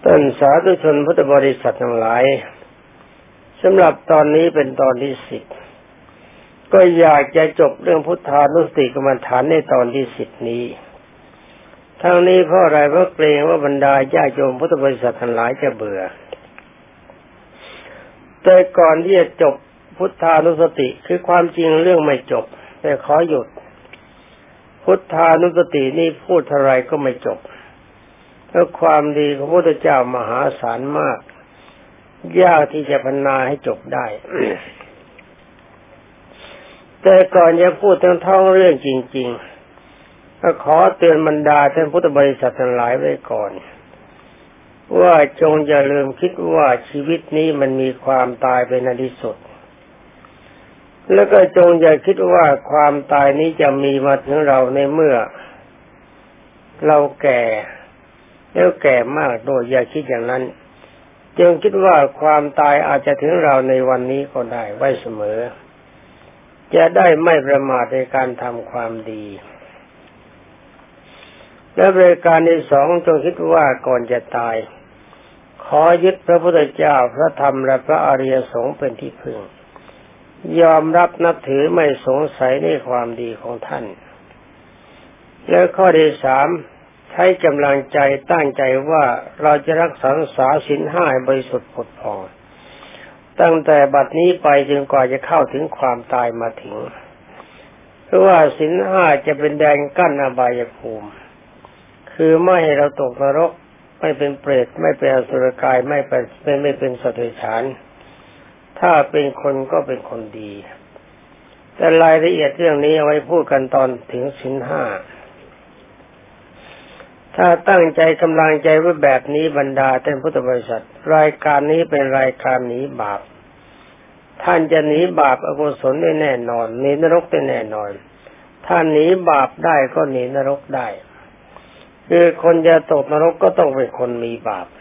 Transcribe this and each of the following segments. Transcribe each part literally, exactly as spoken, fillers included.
ท่านสาธุชนพุทธบริษัททั้งหลายสำหรับตอนนี้เป็นตอนที่สิบก็อยากจะจบเรื่องพุทธานุสติกรรมฐานในตอนที่สิบนี้ทั้งนี้เพราะอะไรเพราะเกรงว่าบรรดาญาโยมพุทธบริษัททั้งหลายจะเบื่อแต่ก่อนที่จะจบพุทธานุสติคือความจริงเรื่องไม่จบแต่ขอหยุดพุทธานุสตินี่พูดเท่าไรก็ไม่จบเพราะความดีของพระพุทธเจ้ามหาศาลมากยากที่จะพรรณนาให้จบได้ แต่ก่อนจะพูดทั้งท้องเรื่องจริงๆก็ขอเตือนบรรดาท่านพุทธบริษัททั้งหลายไว้ก่อนว่าจงอย่าลืมคิดว่าชีวิตนี้มันมีความตายเป็นอันที่สุดแล้วก็จงอย่าคิดว่าความตายนี้จะมีมาถึงเราในเมื่อเราแก่แล้วแก่มากโดยอย่าคิดอย่างนั้นจงคิดว่าความตายอาจจะถึงเราในวันนี้ก็ได้ไว้เสมอจะได้ไม่ประมาทในการทำความดีและบริการที่สองจงคิดว่าก่อนจะตายขอยึดพระพุทธเจ้าพระธรรมและพระอริยสงฆ์เป็นที่พึ่งยอมรับนับถือไม่สงสัยในความดีของท่านและข้อที่สามใช้กำลังใจตั้งใจว่าเราจะรักษาษาศีลห้าบริสุทธิ์ผุดผ่องตั้งแต่บัดนี้ไปจนกว่าจะเข้าถึงความตายมาถึงเพราะว่าศีลห้าจะเป็นแดนกั้นอบายภูมิคือไม่ให้เราตกนรกไม่เป็นเปรตไม่เป็นอสุรกายไม่เป็นไม่เป็นสัตว์เดรัจฉานถ้าเป็นคนก็เป็นคนดีแต่รายละเอียดเรื่องนี้เอาไว้พูดกันตอนถึงศีลห้าถ้าตั้งใจกำลังใจไว้แบบนี้บรรดาท่านพุทธบริษัทรายการนี้เป็นรายการหนีบาปท่านจะหนีบาปอกุศลได้แน่นอนหนีนรกได้แน่นอนถ้าหนีบาปได้ก็หนีนรกได้คือคนจะตกนรกก็ต้องเป็นคนมีบาป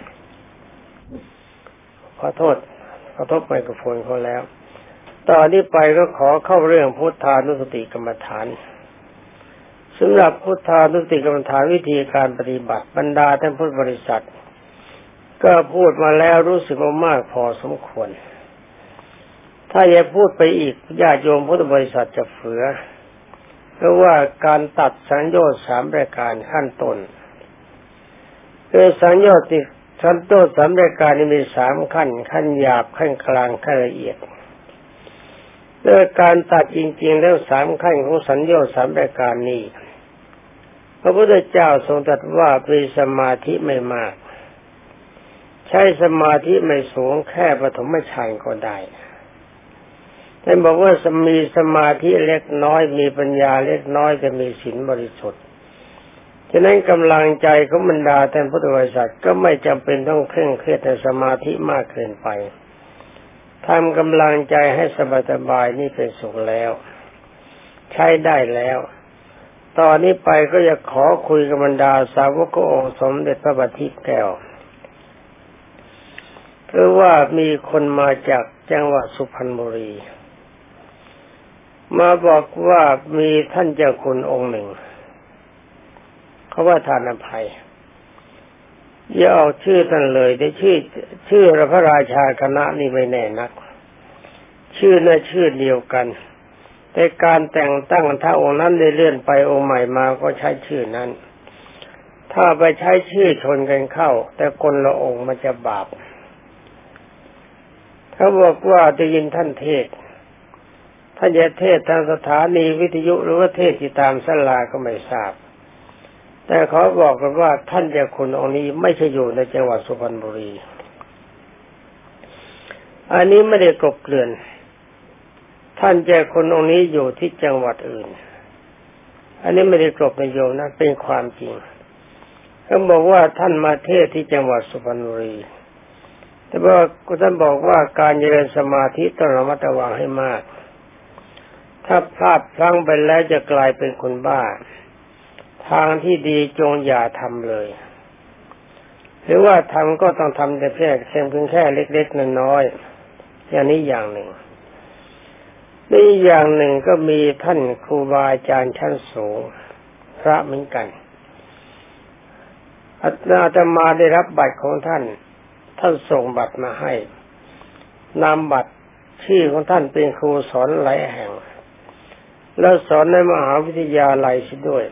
ขอโทษขอโทษไมโครโฟนเขาแล้วตอนนี้ไปก็ขอเข้าเรื่องพุทธานุสติกรรมฐานสำหรับพุทธานุสติกรรมฐานวิธีการปฏิบัติบรรดาท่านพุทธบริษัทก็พูดมาแล้วรู้สึกว่ามากพอสมควรถ้าอย่าพูดไปอีกญาติโยมพุทธบริษัทจะเฟือเพราะว่าการตัดสัญญาสามประการขั้นต้นคือสัญญาติสัญญาสามประการนี้มีสามขั้นขั้นหยาบขั้นกลางขั้นละเอียดโดยการตัดจริงๆแล้วสามขั้นของสัญญาสามประการนี้พระพุทธเจ้าทรงตรัสว่ามีสมาธิไม่มากใช้สมาธิไม่สูงแค่ปฐมฌานก็ได้ท่านบอกว่ามีสมาธิเล็กน้อยมีปัญญาเล็กน้อยจะมีศีลบริสุทธิ์ฉะนั้นกำลังใจของบรรดาท่านพุทธบริษัทก็ไม่จำเป็นต้องเคร่งเครียดในสมาธิมากเกินไปทำกำลังใจให้สบายๆนี่เป็นสุขแล้วใช้ได้แล้วตอนนี้ไปก็จะขอคุยกับบรรดาสาวกองค์สมเด็จพระบัณฑิตแก้วคือว่ามีคนมาจากจังหวัดสุพรรณบุรีมาบอกว่ามีท่านเจ้าคุณองค์หนึ่งเขาว่าทานอภัยอย่าเอาชื่อท่านเลยได้ชื่อชื่อพระราชาคณะนี่ไม่แน่นักชื่อน่ะชื่อเดียวกันแต่การแต่งตั้งถ้าองค์นั้นได้เลื่อนไปองค์ใหม่มาก็ใช้ชื่อนั้นถ้าไปใช้ชื่อชนกันเข้าแต่คนละองค์มันจะบาปเขาบอกว่าได้ยินท่านเทศท่านจะเทศทางสถานีวิทยุหรือว่าเทศที่ตามศาลาก็ไม่ทราบแต่เขาบอกกันว่าท่านเจ้าคุณองค์นี้ไม่ใช่อยู่ในจังหวัดสุพรรณบุรีอันนี้ไม่ได้กลบเกลื่อนท่านเจ้าคุณองค์นี้อยู่ที่จังหวัดอื่นอันนี้ไม่ได้กลบในโยมนะเป็นความจริงเขาบอกว่าท่านมาเทศที่จังหวัดสุพรรณบุรีแต่ว่าท่านบอกว่าการเจริญสมาธิต้องระมัดระวังให้มากถ้าพลาดพลั้งไปแล้วจะกลายเป็นคนบ้าทางที่ดีจงอย่าทำเลยหรือว่าทำก็ต้องทำแต่แค่เพียงแค่เล็กๆน้อยๆอย่างนี้อย่างหนึ่งนี่อย่างหนึ่งก็มีท่านครูบาอาจารย์ชั้นสูงพระเหมือนกัน ออาตมาได้รับบัตรของท่านท่านส่งบัตรมาให้นามบัตรชื่อของท่านเป็นครูสอนหลายแห่งแล้วสอนในมหาวิทยาลัยสิด้วย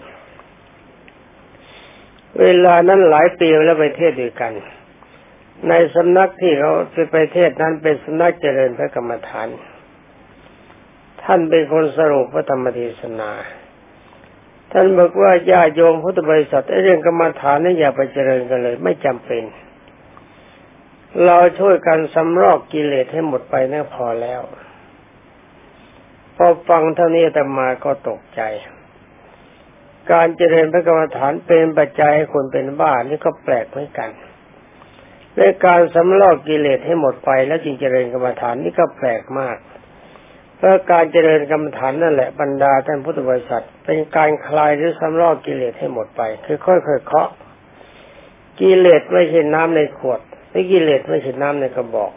เวลานั้นหลายปีแล้วไปเทศด้วยกันในสำนักที่เขาไปเทศนั้นเป็นสำนักเจริญพระกรรมฐานท่านเป็นคนสรุปพระธรรมเทศนาท่านบอกว่าญาติโยมพุทธบริษัทเรื่องกรรมฐานนี่อย่าไปเจริญกันเลยไม่จำเป็นเราช่วยกันสำรอกกิเลสให้หมดไปนั่นพอแล้วพอฟังเท่านี้อาตมาก็ตกใจการเจริญพระกรรมฐานเป็นปัจจัยให้คนเป็นบ้านี่ก็แปลกเหมือนกันในการสำรอกกิเลสให้หมดไปแล้วจึงเจริญกรรมฐานนี่ก็แปลกมากเพราะการเจริญกรรมฐานนั่นแหละบรรดาท่านพุทธบริษัทเป็นการคลายหรือสำรอกกิเลสให้หมดไปคือค่อยๆเคาะกิเลสไม่ใช่น้ำในขวดและกิเลสไม่ใช่น้ำในกระบอก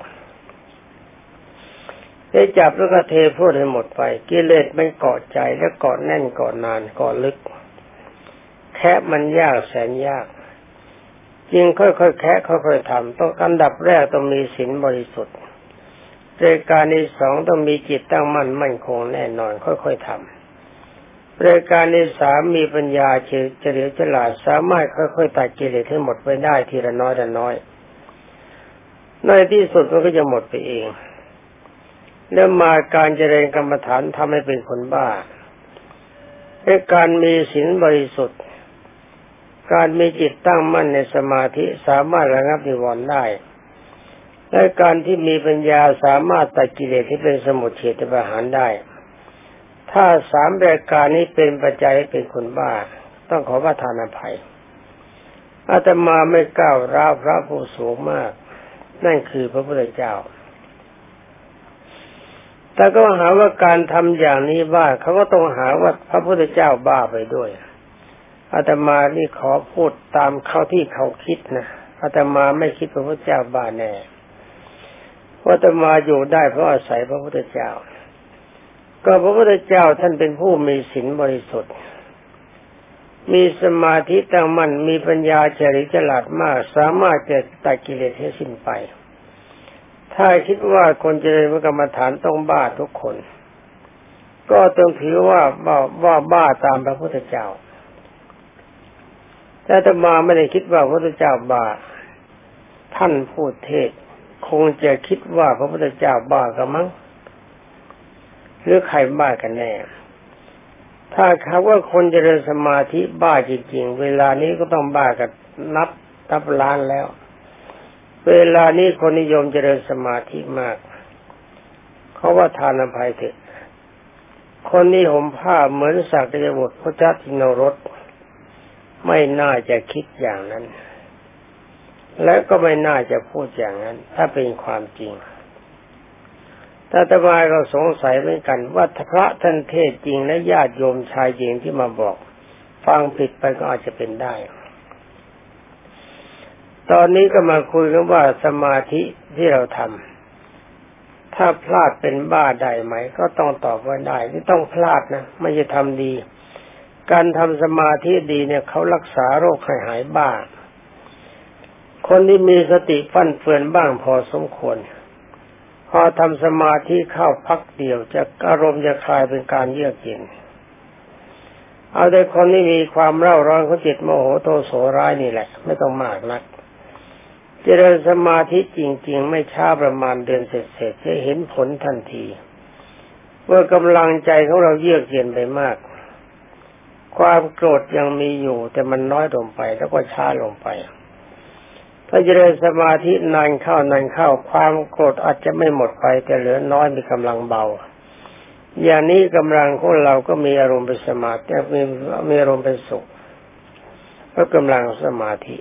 ได้จับแล้วก็เทพูดให้หมดไปกิเลสมันเกาะใจและเกาะแน่นเกาะนานเกาะลึกแค่มันยากแสนยากจึงค่อยๆแค่ค่อยๆทำต้องอันดับแรกต้องมีศีลบริสุทธิ์รายการที่สองต้องมีจิตตั้งมั่นมั่นคงแน่นอนค่อยๆทำรายการที่สามมีปัญญาเฉลียวฉลาดสามารถค่อยๆตัดกิเลสให้หมดไปได้ทีละน้อยละน้อยในที่สุดมันก็จะหมดไปเองแล้วมาการเจริญกรรมฐานทำให้เป็นคนบ้าและการมีศีลบริสุทธิ์การมีจิตตั้งมั่นในสมาธิสามารถระงับนิวรณ์ได้และการที่มีปัญญาสามารถตัดกิเลสที่เป็นสมุทเฉทประหารได้ถ้าสามรายการนี้เป็นปัจจัยให้เป็นคนบ้าต้องขอประทานอภัยอาตมาไม่ก้าวร้าวพระผู้สูงมากนั่นคือพระพุทธเจ้าแต่ก็หาว่าการทำอย่างนี้บ้าเขาก็ต้องหาว่าพระพุทธเจ้าบ้าไปด้วยอาตมานี่ขอพูดตามเขาที่เขาคิดนะอาตมาไม่คิดพระพุทธเจ้าบ้าแน่อาตมาอยู่ได้เพราะอาศัยพระพุทธเจ้าก็พระพุทธเจ้าท่านเป็นผู้มีศีลบริสุทธิ์มีสมาธิตั้งมั่นมีปัญญาเฉลียวฉลาดมากสามารถจะตัดกิเลสให้สิ้นไปถ้าคิดว่าคนเจริญกรรมฐานต้องบ้าทุกคนก็ต้องถือว่าบ้าว่าบ้าตามพระพุทธเจ้าแต่อาตมาไม่ได้คิดว่าพระพุทธเจ้าบ้าท่านพูดเทศคงจะคิดว่าพระพุทธเจ้าบ้ากันมั้งหรือใครบ้ากันแน่ถ้าเขาว่าคนเจริญสมาธิบ้าจริงๆเวลานี้ก็ต้องบ้ากันนับนับล้านแล้วเวลานี้คนนิยมเจริญสมาธิมากเขาว่าทานอภัยเถอะคนนี้ห่มผ้าเหมือนสักยบุตรพระเจ้าทินรสไม่น่าจะคิดอย่างนั้นและก็ไม่น่าจะพูดอย่างนั้นถ้าเป็นความจริงแต่อาตมาก็สงสัยเหมือนกันว่าพระท่านเทศจริงและญาติโยมชายหญิงที่มาบอกฟังผิดไปก็อาจจะเป็นได้ตอนนี้ก็มาคุยกันว่าสมาธิที่เราทำถ้าพลาดเป็นบ้าได้ไหมก็ต้องตอบว่าได้ที่ต้องพลาดนะไม่ใช่ทำดีการทำสมาธิดีเนี่ยเขารักษาโรคให้หายบ้าคนที่มีสติฟั่นเฟือนบ้างพอสมควรพอทำสมาธิเข้าพักเดียวจะอารมณ์จะคลายเป็นการเยือกเย็นเอาแต่คนที่มีความเร่าร้อนของจิตโมโหโทโสร้ายนี่แหละไม่ต้องมากนักเจริญสมาธิจริงๆไม่ช้าประมาณเดือนเศษๆจะเห็นผลทันทีเมื่อกำลังใจของเราเยือกเย็นไปมากความโกรธยังมีอยู่แต่มันน้อยลงไปแล้วก็ช้าลงไปถ้าเจริญสมาธินานเข้านานเข้าความโกรธอาจจะไม่หมดไปแต่เหลือน้อยมีกำลังเบาอย่างนี้กำลังของเราก็มีอารมณ์เป็นสมาธิมีมีอารมณ์เป็นสุขเพราะกำลังสมาธิ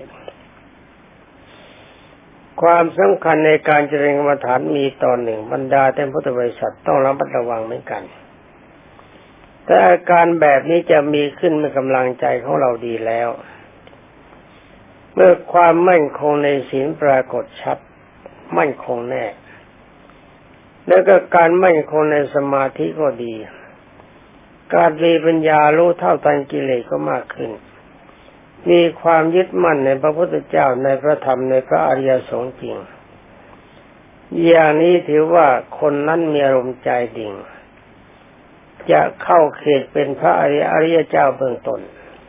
ความสำคัญในการเจริญกรรมฐานมีตอนหนึ่งบรรดาท่านพุทธบริษัทต้องระมัดระวังเหมือนกันแต่อาการแบบนี้จะมีขึ้นเมื่อกำลังใจของเราดีแล้วเมื่อความมั่นคงในศีลปรากฏชัดมั่นคงแน่แล้วก็การมั่นคงในสมาธิก็ดีการมีปัญญารู้เท่าทันกิเลสก็มากขึ้นมีความยึดมั่นในพระพุทธเจ้าในพระธรรมในพระอริยสงฆ์จริงอย่างนี้ถือว่าคนนั้นมีอารมณ์ใจดิ่งจะเข้าเขตเป็นพระอริยอริยเจ้าเบื้องต้น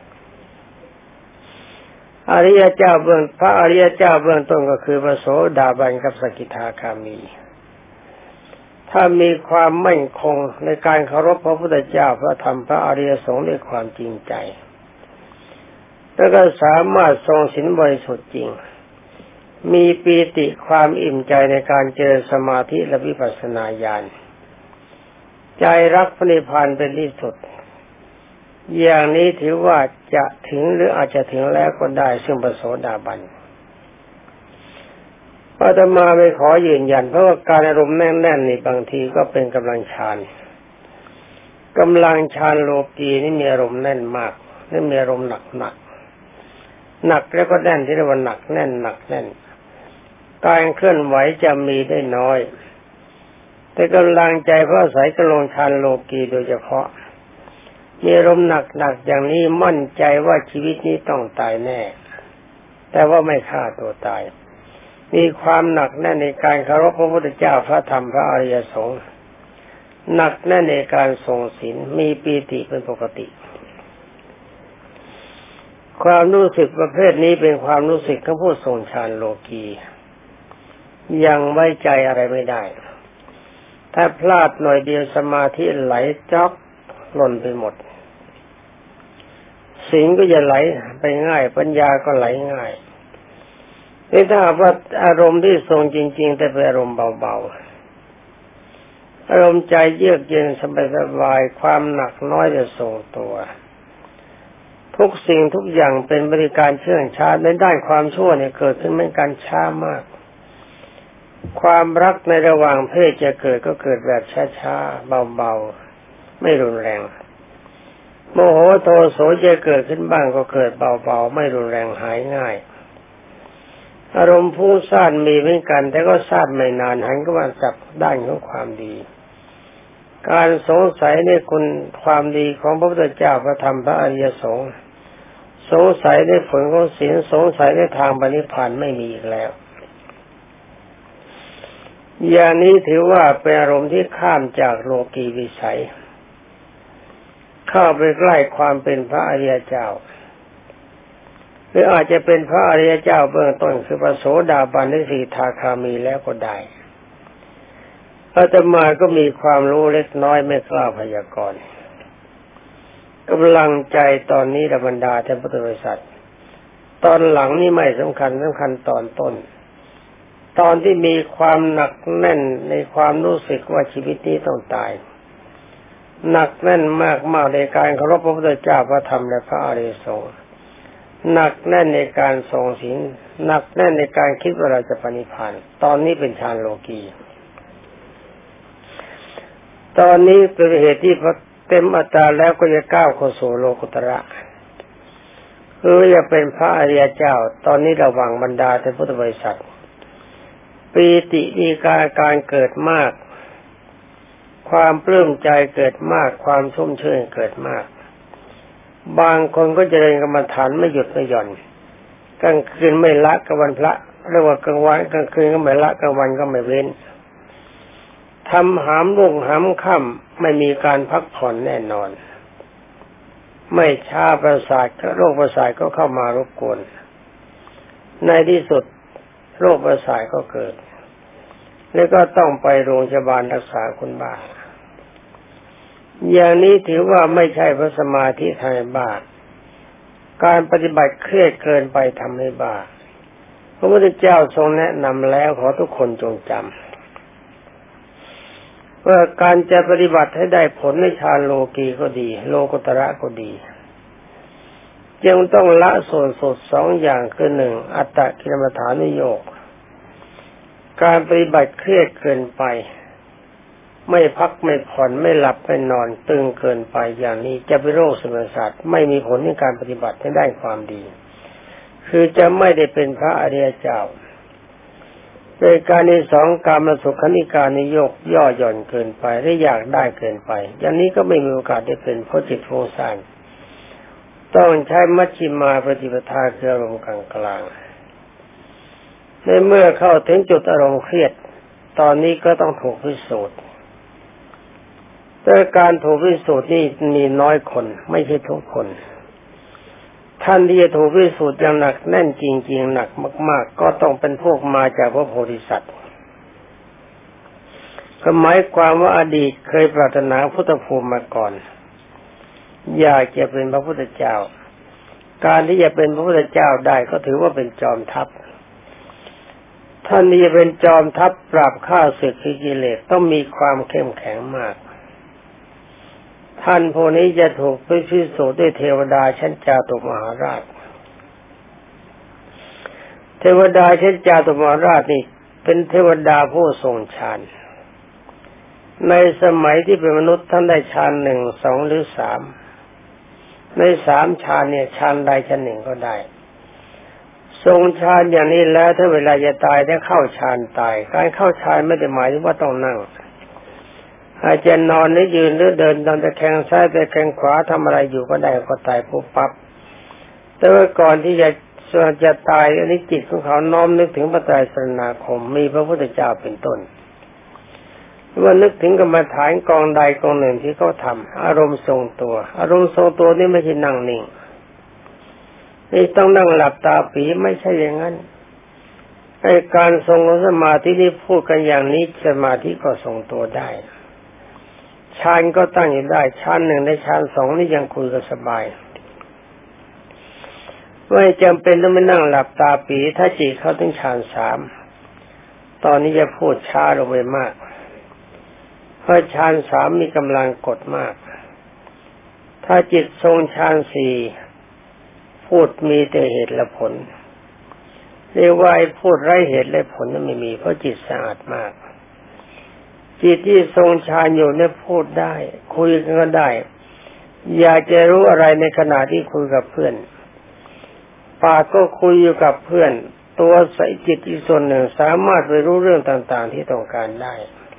อริยเจ้าเบื้องพระอริยเจ้าเบื้องต้นก็คือพระโสดาบันกับสกิทาคามีถ้ามีความมั่นคงในการเคารพพระพุทธเจ้าพระธรรมพระอริยสงฆ์ด้วยความจริงใจแล้วก็สามารถทรงศีลบริสุทธิ์จริงมีปีติความอิ่มใจในการเจริญสมาธิและวิปัสสนาญาณใจรักพระนิพพานเป็นที่สุดอย่างนี้ถือว่าจะถึงหรืออาจจะถึงแล้วก็ได้ซึ่งพระโสดาบันอาตมาไม่ขอยืนยันเพราะว่าการอารมณ์แน่นๆนี่บางทีก็เป็นกำลังฌานกำลังฌานโลกีนี่มีอารมณ์แน่นมากนี่มีอารมณ์หนักหนักหนักแล้วก็แน่นที่เรียกว่าหนักแน่นหนักแน่นการเคลื่อนไหวจะมีได้น้อยแต่กำลังใจเพราะอาศัยกำลังฌานโลกีโดยเฉพาะมีอารมณ์หนักๆอย่างนี้มั่นใจว่าชีวิตนี้ต้องตายแน่แต่ว่าไม่ฆ่าตัวตายมีความหนักแน่นในการเคารพพระพุทธเจ้าพระธรรมพระอริยสงฆ์หนักแน่นในการทรงศีลมีปีติเป็นปกติความรู้สึกประเภทนี้เป็นความรู้สึกของผู้ทรงฌานโลกียังไว้ใจอะไรไม่ได้ถ้าพลาดหน่อยเดียวสมาธิไหลจ๊อกหล่นไปหมดศีลก็จะไหลไปง่ายปัญญาก็ไหลง่ายแต่ถ้าว่าอารมณ์ที่ทรงจริงๆแต่เป็นอารมณ์เบาๆอารมณ์ใจเยือกเย็นสบายๆความหนักน้อยจะทรงตัวทุกสิ่งทุกอย่างเป็นบริการเชื่องช้าในด้านความชั่วเนี่ยเกิดขึ้นเหมือนกันช้ามากความรักในระหว่างเพศจะเกิดก็เกิดแบบช้าๆเบาๆไม่รุนแรงโมโหโทโสจะเกิดขึ้นบ้างก็เกิดเบาๆไม่รุนแรงหายง่ายอารมณ์ฟุ้งซ่านมีเหมือนกันแต่ก็ซ่านไม่นานหันก็มาจับด้านของความดีการสงสัยในคุณความดีของพระพุทธเจ้าพระธรรมพระอริยสงฆ์สงสัยในผลของศีลสงสัยในทางปณิพพานไม่มีอีกแล้วอย่างนี้ถือว่าเป็นอารมณ์ที่ข้ามจากโลกีวิสัยเข้าไปใกล้ความเป็นพระอริยเจ้าหรืออาจจะเป็นพระอริยเจ้าเบื้องต้นคือพระโสดาบันหรือสกิทาคามีแล้วก็ได้อาตมาก็มีความรู้เล็กน้อยไม่กล้าพยากรณ์กำลังใจตอนนี้บรรดาท่านพุทธบริษัทตอนหลังนี่ไม่สำคัญสำคัญตอนต้นตอนที่มีความหนักแน่นในความรู้สึกว่าชีวิตนี้ต้องตายหนักแน่นมากมากในการเคารพพระพุทธเจ้าพระธรรมและพระอริยสงฆ์หนักแน่นในการทรงศีลหนักแน่นในการคิดว่าเราจะปณิพพานตอนนี้เป็นฌานโลกีตอนนี้เป็นเหตุที่พอเต็มอัตตาแล้วก็จะก้าวเข้าสู่โลกุตระคือจะเป็นพระอริยเจ้าตอนนี้ระวังบรรดาท่านพุทธบริษัทปีติมีการการเกิดมากความปลื้มใจเกิดมากความชุ่มชื่นเกิดมากบางคนก็เจริญกรรมฐานไม่หยุดไม่หย่อนกลางคืนไม่ละกับวันพระเรียกว่ากลางวันกลางคืนก็ไม่ละกลางวันก็ไม่เว้นทำหามรุ่งหามค่ำไม่มีการพักผ่อนแน่นอนไม่ช้าประสาทโรคประสาทก็เข้ามารบกวนในที่สุดโรคประสาทก็เกิดแล้วก็ต้องไปโรงพยาบาลรักษาคนบ้าอย่างนี้ถือว่าไม่ใช่พระสมาธิทำให้บ้าการปฏิบัติเครียดเกินไปทำให้บ้าพระพุทธเจ้าทรงแนะนำแล้วขอทุกคนจงจำว่าการจะปฏิบัติให้ได้ผลในฌานโลกีก็ดีโลกุตระก็ดีจึงต้องละส่วนสุดสองอย่างคือหนึ่งอัตตกิลมัฏฐานุโยคการปฏิบัติเครียดเกินไปไม่พักไม่ผ่อนไม่หลับไม่นอนตึงเกินไปอย่างนี้จะเป็นโรคซึมเศร้าไม่มีผลในการปฏิบัติให้ได้ความดีคือจะไม่ได้เป็นพระอริยเจ้าโดยการที่สองกามสุขานิการนิยกย่อหย่อนเกินไปหรืออยากได้เกินไปอย่างนี้ก็ไม่มีโอกาสได้เป็นเพราะจิตฟุ้งซ่านต้องใช้มัชฌิมาปฏิปทาคืออารมณ์กลางๆในเมื่อเข้าถึงจุดอารมณ์เครียดตอนนี้ก็ต้องถูกพิสูจน์แต่การถูกพิสูจน์นี่มีน้อยคนไม่ใช่ทุกคนท่านที่จะถูกพิสูจน์อย่างหนักแน่นจริงๆหนักมากๆก็ต้องเป็นพวกมาจากพระโพธิสัตว์หมายความว่าอดีตเคยปรารถนาพุทธภูมิมาก่อนอยากจะเป็นพระพุทธเจ้าการที่จะเป็นพระพุทธเจ้าได้ก็ถือว่าเป็นจอมทัพท่านที่จะเป็นจอมทัพปราบข้าศึกกิเลสต้องมีความเข้มแข็งมากท่านผู้นี้จะถูกพิสูจน์ด้วยเทวดาชั้นจาตุมหาราชเทวดาชั้นจาตุมหาราชนี่เป็นเทวดาผู้ทรงฌานในสมัยที่เป็นมนุษย์ท่านได้ฌานหนึ่งสองหรือสามในสามฌานเนี่ยฌานใดฌานหนึ่งก็ได้ทรงฌานอย่างนี้แล้วถ้าเวลาจะตายได้เข้าฌานตายการเข้าฌานไม่ได้หมายถึงว่าต้องนั่งอาจจะนอนหรือยืนหรือเดินนอนตะแคงซ้ายตะแคงขวาทำอะไรอยู่ก็ได้ก็ตายปุ๊บปั๊บแต่ว่าก่อนที่จะจะตายอันนี้จิตของเขาน้อมนึกถึงพระไตรสรณคมมีพระพุทธเจ้าเป็นต้นว่านึกถึงกรรมฐานกองใดกองหนึ่งที่เขาทำอารมณ์ทรงตัวอารมณ์ทรงตัวนี่ไม่ใช่นั่งนิ่งนี่ต้องนั่งหลับตาปีไม่ใช่อย่างนั้นไอ้การทรงสมาธินี่พูดกันอย่างนี้สมาธิก็ทรงตัวได้ฌานก็ตั้งอยู่ได้ฌานหนึ่งในฌานสองนี่ยังคุยกันสบายไม่จำเป็นต้องมานั่งหลับตาปีถ้าจิตเข้าถึงฌานสามตอนนี้จะพูดช้าลงไปมากเพราะฌานสามมีกำลังกดมากถ้าจิตทรงฌานสี่พูดมีแต่เหตุและผลเรียกว่าพูดไร้เหตุและผลนั้นไม่มีเพราะจิตสะอาดมากจิตที่ทรงฌานอยู่เนี่ยพูดได้คุยกันก็ได้อยากจะรู้อะไรในขณะที่คุยกับเพื่อนปากก็คุยอยู่กับเพื่อนตัวใส่จิตอีกส่วนหนึ่งสามารถไปรู้เรื่องต่างๆที่ต้องการได้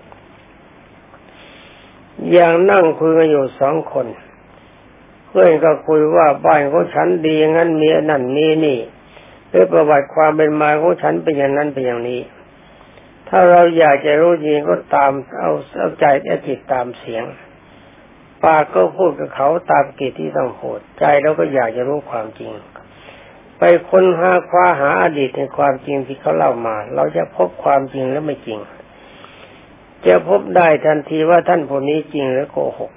อย่างนั่งคุยกันอยู่สองคนเพื่อนก็คุยว่าบ้านของฉันดีงั้นมีนั่นมีนี่หรือประวัติความเป็นมาของฉันเป็นอย่างนั้นเป็นอย่างนี้ถ้าเราอยากจะรู้จริงก็ตามเอาเอาใจเอาจิตตามเสียงปากก็พูดกับเขาตามกิจที่ต้องพูดใจเราก็อยากจะรู้ความจริงไปค้นหาคว้าหาอดีตในความจริงที่เขาเล่ามาเราจะพบความจริงและไม่จริงจะพบได้ทันทีว่าท่านผู้นี้จริงหรือโกหก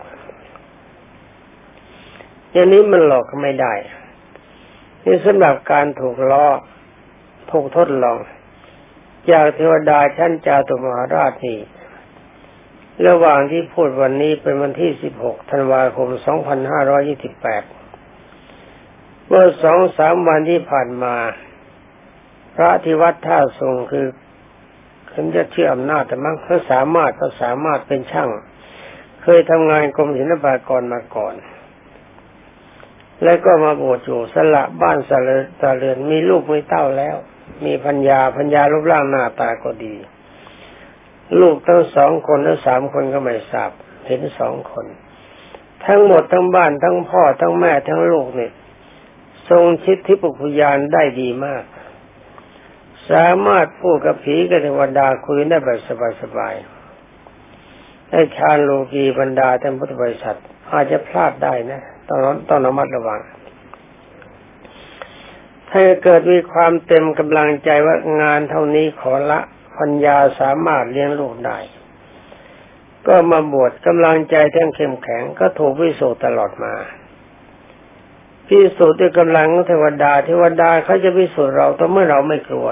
อย่างนี้มันหลอกก็ไม่ได้นี่สำหรับการถูกล้อถูกทดลองจากเทวดาชั้นจาตุมหาราชนี่ระหว่างที่พูดวันนี้เป็นวันที่สิบหกธันวาคมสองพันห้าร้อยยี่สิบแปดเมื่อ สองสาม วันที่ผ่านมาพระที่วัดท่าทรงคือเขาจะชื่ออำนาจแต่มั้งเขาสามารถเขาสามารถเป็นช่างเคยทำงานกรมศิลปากรมาก่อนแล้วก็มาบวชอยู่สละบ้านสละเรือนมีลูกมีเต้าแล้วมีภรรยาภรรยารูปร่างหน้าตาก็ดีลูกทั้งสองคนและสามคนก็ไม่ทราบเห็นสองคนทั้งหมดทั้งบ้านทั้งพ่อทั้งแม่ทั้งลูกเนี่ยทรงชิดทิพยญาณได้ดีมากสามารถพูดกับผีกับเทวดาคุยได้แบบสบายๆให้ฌานโลกีบรรดาท่านพุทธบริษัทอาจจะพลาดได้นะต้องต้องระมัดระวังถ้าเกิดมีความเต็มกำลังใจว่างานเท่านี้ขอละปัญญาสามารถเลี้ยงลูกได้ก็มาบวชกำลังใจทั้งเข้มแข็งก็ถูกพิสูจน์ตลอดมาพิสูจน์ด้วยกำลังของเทวดาเทวดาเขาจะพิสูจน์เราต่อเมื่อเราไม่กลัว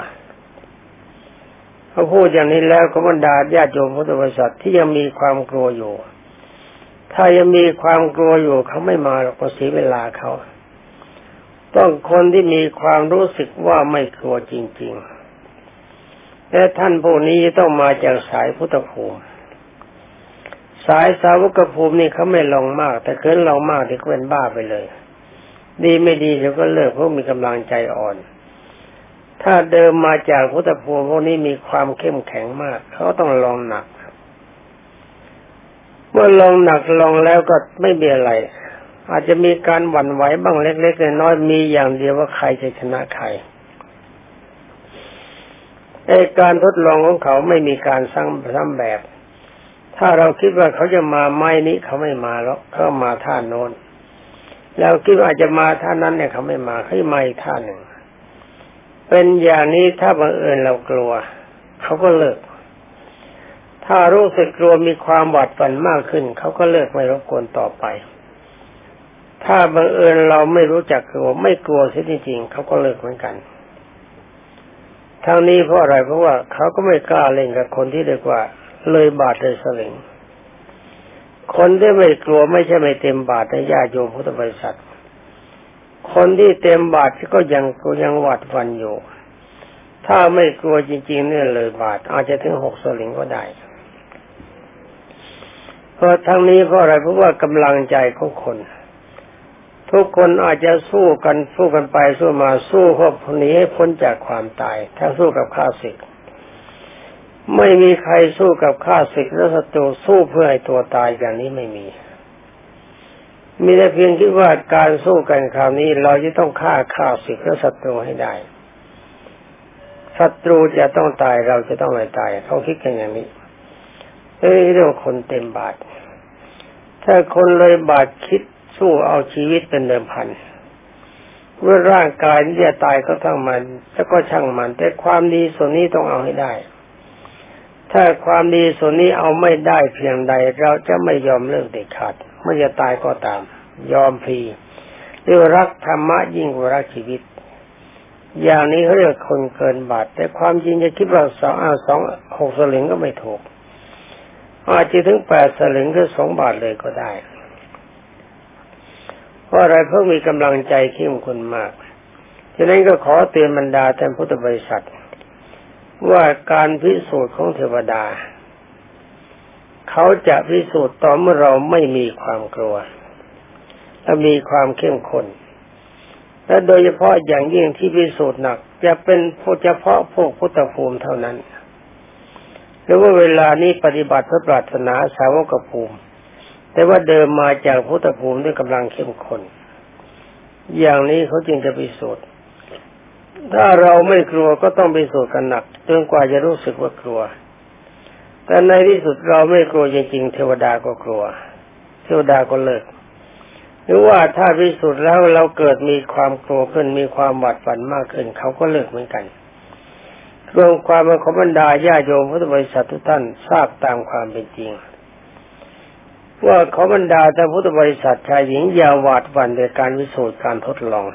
เขาพูดอย่างนี้แล้วก็บรรดาญาติโยมพุทธบริษัทที่ยังมีความกลัวอยู่ถ้ายังมีความกลัวอยู่เขาไม่มาหรอกเสียเวลาเขาต้องคนที่มีความรู้สึกว่าไม่กลัวจริงๆและท่านผู้นี้ต้องมาจากสายพุทธภูมิสายสาวกภูมินี่เขาไม่ลงมากแต่เกินลงมากที่เป็นบ้าไปเลยดีไม่ดีเดี๋ยวก็เลิกเพราะมีกำลังใจอ่อนถ้าเดิมมาจากพุทธภูมิพวกนี้มีความเข้มแข็งมากเขาต้องลองหนักเมื่อลองหนักลองแล้วก็ไม่มีอะไรอาจจะมีการหวั่นไหวบ้างเล็กๆน้อยๆมีอย่างเดียวว่าใครจะชนะใครไอ้การทดลองของเขาไม่มีการสร้างซ้ำแบบถ้าเราคิดว่าเขาจะมาไม้นี้เขาไม่มาแล้วเขามาท่าโน้นแล้วคิดว่าอาจจะมาท่านั้นเนี่ยเขาไม่มาเขามาอีกท่าหนึ่งเป็นอย่างนี้ถ้าบังเอิญเรากลัวเขาก็เลิกถ้ารู้สึกกลัวมีความหวาดหวั่นมากขึ้นเขาก็เลิกไม่รบกวนต่อไปถ้าบังเอิญเราไม่รู้จักกลัวไม่กลัวเสียจริงๆเขาก็เลิกเหมือนกันทั้งนี้เพราะอะไรเพราะว่าเขาก็ไม่กล้าเล่นกับคนที่เรียกว่าเลยบาทเลยสลึงคนที่ไม่กลัวไม่ใช่ไม่เต็มบาทในญาติโยมพุทธบริษัทคนที่เต็มบาทก็ยังก็ยังหวาดหวั่นอยู่ถ้าไม่กลัวจริงๆเนี่ยเลยบาทอาจจะถึงหกสลึงก็ได้เพราะทั้งนี้เพราะอะไรเพราะว่ากำลังใจของคนทุกคนอาจจะสู้กันสู้กันไปสู้มาสู้เพื่อหนีให้พ้นจากความตายถ้าสู้กับข้าศึกไม่มีใครสู้กับข้าศึกและศัตรูสู้เพื่อให้ตัวตายอย่างนี้ไม่มีมีแต่เพียงคิดว่าการสู้กันคราวนี้เราจะต้องฆ่าข้าศึกและศัตรูให้ได้ศัตรูจะต้องตายเราจะต้องไม่ตายเขาคิดกันอย่างนี้เอ้ยเรื่องคนเต็มบาทถ้าคนเลยบาทคิดสู้เอาชีวิตเป็นเดิมพันเมื่อร่างกายนี้จะตายก็ทั้งมันแล้วก็ช่างมันแต่ความดีส่วนนี้ต้องเอาให้ได้ถ้าความดีส่วนนี้เอาไม่ได้เพียงใดเราจะไม่ยอมเลิกเด็ดขาดไม่จะตายก็ตามยอมพลีเรียกรักธรรมะยิ่งกว่ารักชีวิตอย่างนี้เขาเรียกคนเกินบาทแต่ความจริงจะคิดว่าสองอ่าสองหกสลึงก็ไม่ถูกอาจจะถึงแปดสลึงหรือสองบาทเลยก็ได้เพราะอะไรเพราะมีกำลังใจเข้มข้นมากฉะนั้นก็ขอเตือนบรรดาท่านพุทธบริษัทว่าการพิสูจน์ของเทวดาเขาจะพิสูจน์ต่อเมื่อเราไม่มีความกลัวและมีความเข้มข้นและโดยเฉพาะอย่างยิ่งที่พิสูจน์หนักจะเป็นเฉพาะพวกพุทธภูมิเท่านั้นหรือว่าเวลานี้ปฏิบัติเพื่อปรารถนาสาวกภูมิแต่ว่าเดิมมาจากพุทธภูมิด้วยกำลังเข้มข้นอย่างนี้เขาจึงจะพิสูจน์ถ้าเราไม่กลัวก็ต้องพิสูจน์กันหนักจนกว่าจะรู้สึกว่ากลัวแต่ในที่สุดเราไม่กลัวจริงๆเทวดาก็กลัวเทวดาก็เลิกหรือว่าถ้าพิสูจน์แล้วเราเกิดมีความกลัวขึ้นมีความหวาดหวั่นมากขึ้นเขาก็เลิกเหมือนกันรวมความเป็นของบรรดาญาโยมพุทธบริษัททุกท่านทราบตามความเป็นจริงว่าขอบรรดาท่านพุทธบริษัทชายหญิงอย่าหวาดหวั่นในการพิสูจน์การทดลอง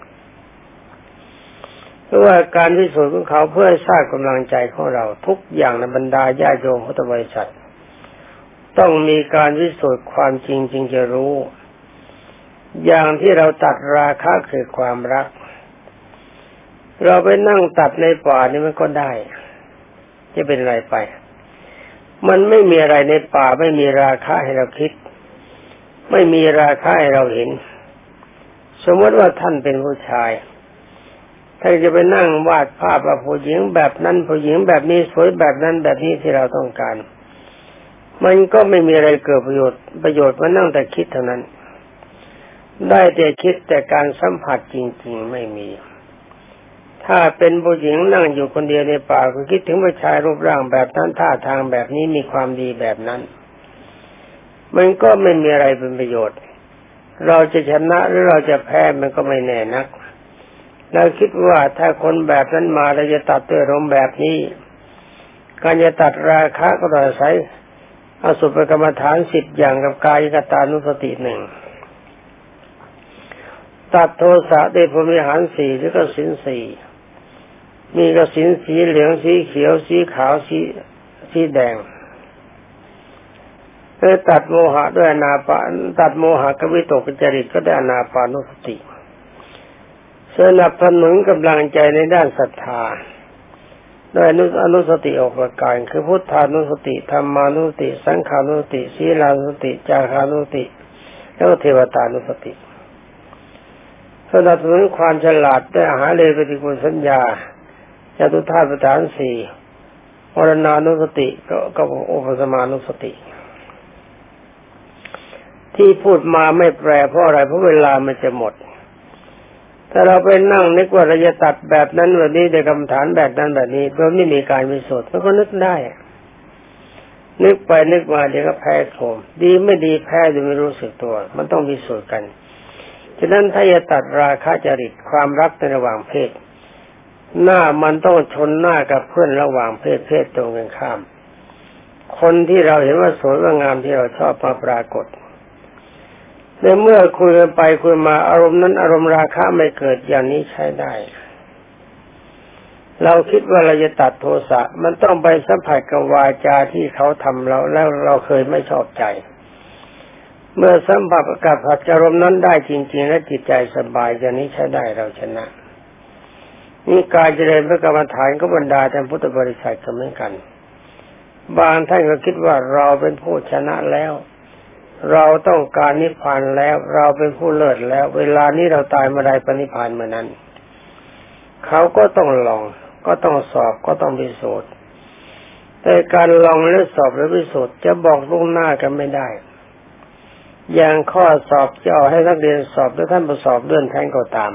เพราะว่าการพิสูจน์ของเขาเพื่อสร้างกำลังใจของเราทุกอย่างในบรรดาญาโยมพุทธบริษัทต้องมีการพิสูจน์ความจริงจึงจะรู้อย่างที่เราตัดราคะคือความรักเราไปนั่งตัดในป่านี่มันก็ได้จะเป็นอะไรไปมันไม่มีอะไรในป่าไม่มีราคะให้เราคิดไม่มีราคะให้เราเห็นสมมติว่าท่านเป็นผู้ชายถ้าจะไปนั่งวาดภาพว่าผู้หญิงแบบนั้นผู้หญิงแบบนี้สวยแบบนั้นแบบนี้ที่เราต้องการมันก็ไม่มีอะไรเกิดประโยชน์ประโยชน์มานั่งแต่คิดเท่านั้นได้แต่คิดแต่การสัมผัสจริงๆไม่มีถ้าเป็นผู้หญิงนั่งอยู่คนเดียวในป่าก็คิดถึงผู้ชายรูปร่างแบบนั้นท่าทางแบบนี้มีความดีแบบนั้นมันก็ไม่มีอะไรเป็นประโยชน์เราจะชนะหรือเราจะแพ้มันก็ไม่แน่นักเราคิดว่าถ้าคนแบบนั้นมาเราจะตัดด้วยลมแบบนี้การจะตัดราคะก็ต้องอาศัยอสุภกรรมฐานสิบอย่างกับกายกตานุสติหนึ่งตัดโทสะด้วยพรหมิหารสี่หรือก็ศีลสี่มีกสิณสีเหลืองสีเขียวสีขาวสีสีแดงเพื่อตัดโมหะด้วยอนาปานตัดโมหะกวิตกจริตก็ได้อนาปานุสติสนับสนุนกำลังใจในด้านศรัทธาด้วยอนุสติออกประการคือพุทธานุสติธรรมานุสติสังขานุสติศีลานุสติจาคานุสติแล้วก็เทวตานุสติสนับสนุนความฉลาดด้วยอาหารเลปฏิกูลสัญญาจตุธาตุประธานสี่มรณานุสติก็ก็อุปสมานุสติทที่พูดมาไม่แปลเพราะอะไรเพราะเวลามันจะหมดถ้าเราไปนั่งนึกว่าเราจะตัดแบบนั้นแบบนี้ในกรรมฐานแบบนั้นแบบนี้เราไม่มีการพิสูจน์มันก็นึกได้นึกไปนึกมาเดี๋ยวก็แพ้โทมดีไม่ดีแพ้โดยไม่รู้สึกตัวมันต้องพิสูจน์กันฉะนั้นถ้าจะตัดราคะจริตความรักในระหว่างเพศหน้ามันต้องชนหน้ากับเพื่อนระหว่างเพศเพศตรงกันข้ามคนที่เราเห็นว่าสวยว่างามที่เราชอบมาปรากฏในเมื่อคุยกันไปคุยมาอารมณ์นั้นอารมณ์ราคะไม่เกิดอย่างนี้ใช้ได้เราคิดว่าเราจะตัดโทสะมันต้องไปสัมผัสกับวาจาที่เขาทำเราแล้วเราเคยไม่ชอบใจเมื่อสัมผัสกับอารมณ์นั้นได้จริงๆและจิตใจสบายอย่างนี้ใช้ได้เราชนะนี่การเจริญพระกรรมฐานก็บรรดาท่านพุทธบริษัทก็เหมือนกันบางท่านก็คิดว่าเราเป็นผู้ชนะแล้วเราต้องการนิพพานแล้วเราเป็นผู้เลิศแล้วเวลานี้เราตายเมื่อใดปณิพพานเมื่อนั้นเขาก็ต้องลองก็ต้องสอบก็ต้องพิสูจน์แต่การลองและสอบและพิสูจน์จะบอกล่วงหน้ากันไม่ได้อย่างข้อสอบจะเอาให้นักเรียนสอบแล้วท่านมาสอบเลื่อนขั้นก็ตาม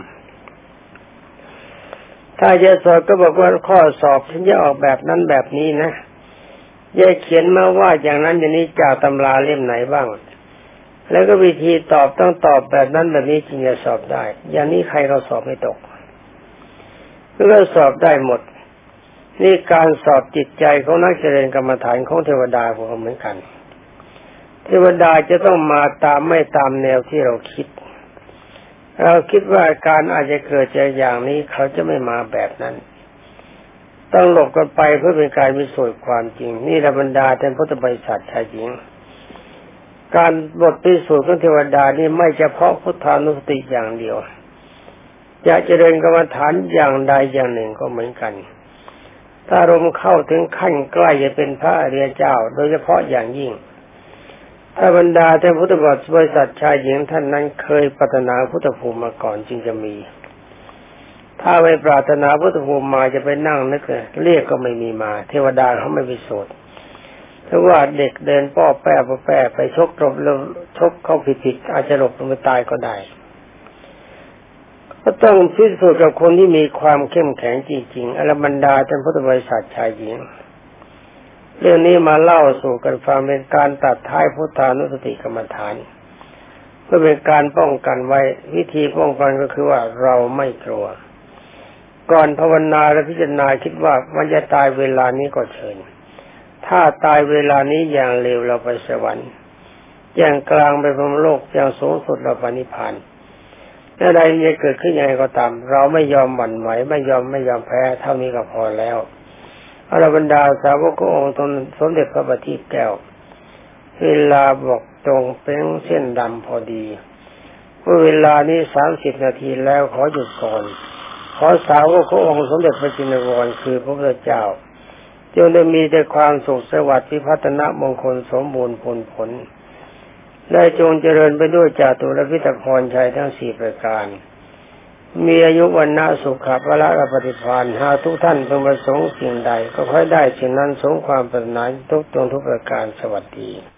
ถ้าจะสอบก็บอกว่าข้อสอบฉันจะออกแบบนั้นแบบนี้นะอย่าเขียนมาว่าอย่างนั้นอย่างนี้จากตำราเล่มไหนบ้างแล้วก็วิธีตอบต้องตอบแบบนั้นแบบนี้จึงจะสอบได้อย่างนี้ใครเราสอบไม่ตกก็สอบได้หมดนี่การสอบจิตใจของนักเจริญกรรมฐานของเทวดาก็เหมือนกันเทวดาจะต้องมาตามไม่ตามแนวที่เราคิดเราคิดว่าการอาจจะเกิดจากอย่างนี้เขาจะไม่มาแบบนั้นต้องหลบกันไปเพื่อเป็นการพิสูจน์ความจริงนี่ละบรรดาท่านพุทธบริษัทชายหญิงการบทพิสูจน์ของเทวดานี่ไม่เฉพาะพุทธานุสติอย่างเดียวจะเจริญกรรมฐานอย่างใดอย่างหนึ่งก็เหมือนกันถ้าอารมณ์เข้าถึงขั้นใกล้จะเป็นพระอริยเจ้าโดยเฉพาะอย่างยิ่งถ้าบรรดาท่านพุทธบริษัทชายหญิงท่านนั้นเคยปรารถนาพุทธภูมิมาก่อนจึงจะมีถ้าไม่ปรารถนาพุทธภูมิมาจะไปนั่งนึกเรียกก็ไม่มีมาเทวดาเขาไม่พิสูจน์ถ้าว่าเด็กเดินป้อแป้ป้อแป้ไปชกตบแล้วชกเข้าผิดๆอาจจะหลบลงไปตายก็ได้ก็ต้องพิสูจน์กับคนที่มีความเข้มแข็งจริงๆอรบรรดาท่านพุทธบริษัทชายหญิงเรื่องนี้มาเล่าสู่กันฟังเป็นการตัดท้ายพุทธานุสติกรรมฐานเพื่อเป็นการป้องกันไว้วิธีป้องกันก็คือว่าเราไม่กลัวก่อนภาวนาและพิจารณาคิดว่ามันจะตายเวลานี้ก็เชิญถ้าตายเวลานี้อย่างเร็วเราไปสวรรค์อย่างกลางไปพรหมโลกอย่างสูงสุดเราไปนิพพานอะไรจะเกิดขึ้นยังไงก็ตามเราไม่ยอมหวั่นไหวไม่ยอมไม่ยอมแพ้เท่านี้ก็พอแล้วอรบรรดาสาวกขององค์สมเด็จพระบัณฑิตแก้วเวลาบอกตรงเป็นเส้นดำพอดีเมื่อเวลานี้สามสิบนาทีแล้วขอหยุดก่อนขอสาวกขององค์สมเด็จพระจินวรคือพระพุทธเจ้าจงได้มีแต่ความสุขสวัสดิ์พิพัฒนมงคลสมบูรณ์ผลผลได้จงเจริญไปด้วยจาตุรพิธพรชัยทั้งสี่ประการมีอายุวันนะสุขะพละและปฏิภาณหากทุกท่านพึงประสงค์สิ่งใดก็ค่อยได้สิ่งนั้นสมความปรารถนาทุกตรงทุกประการสวัสดี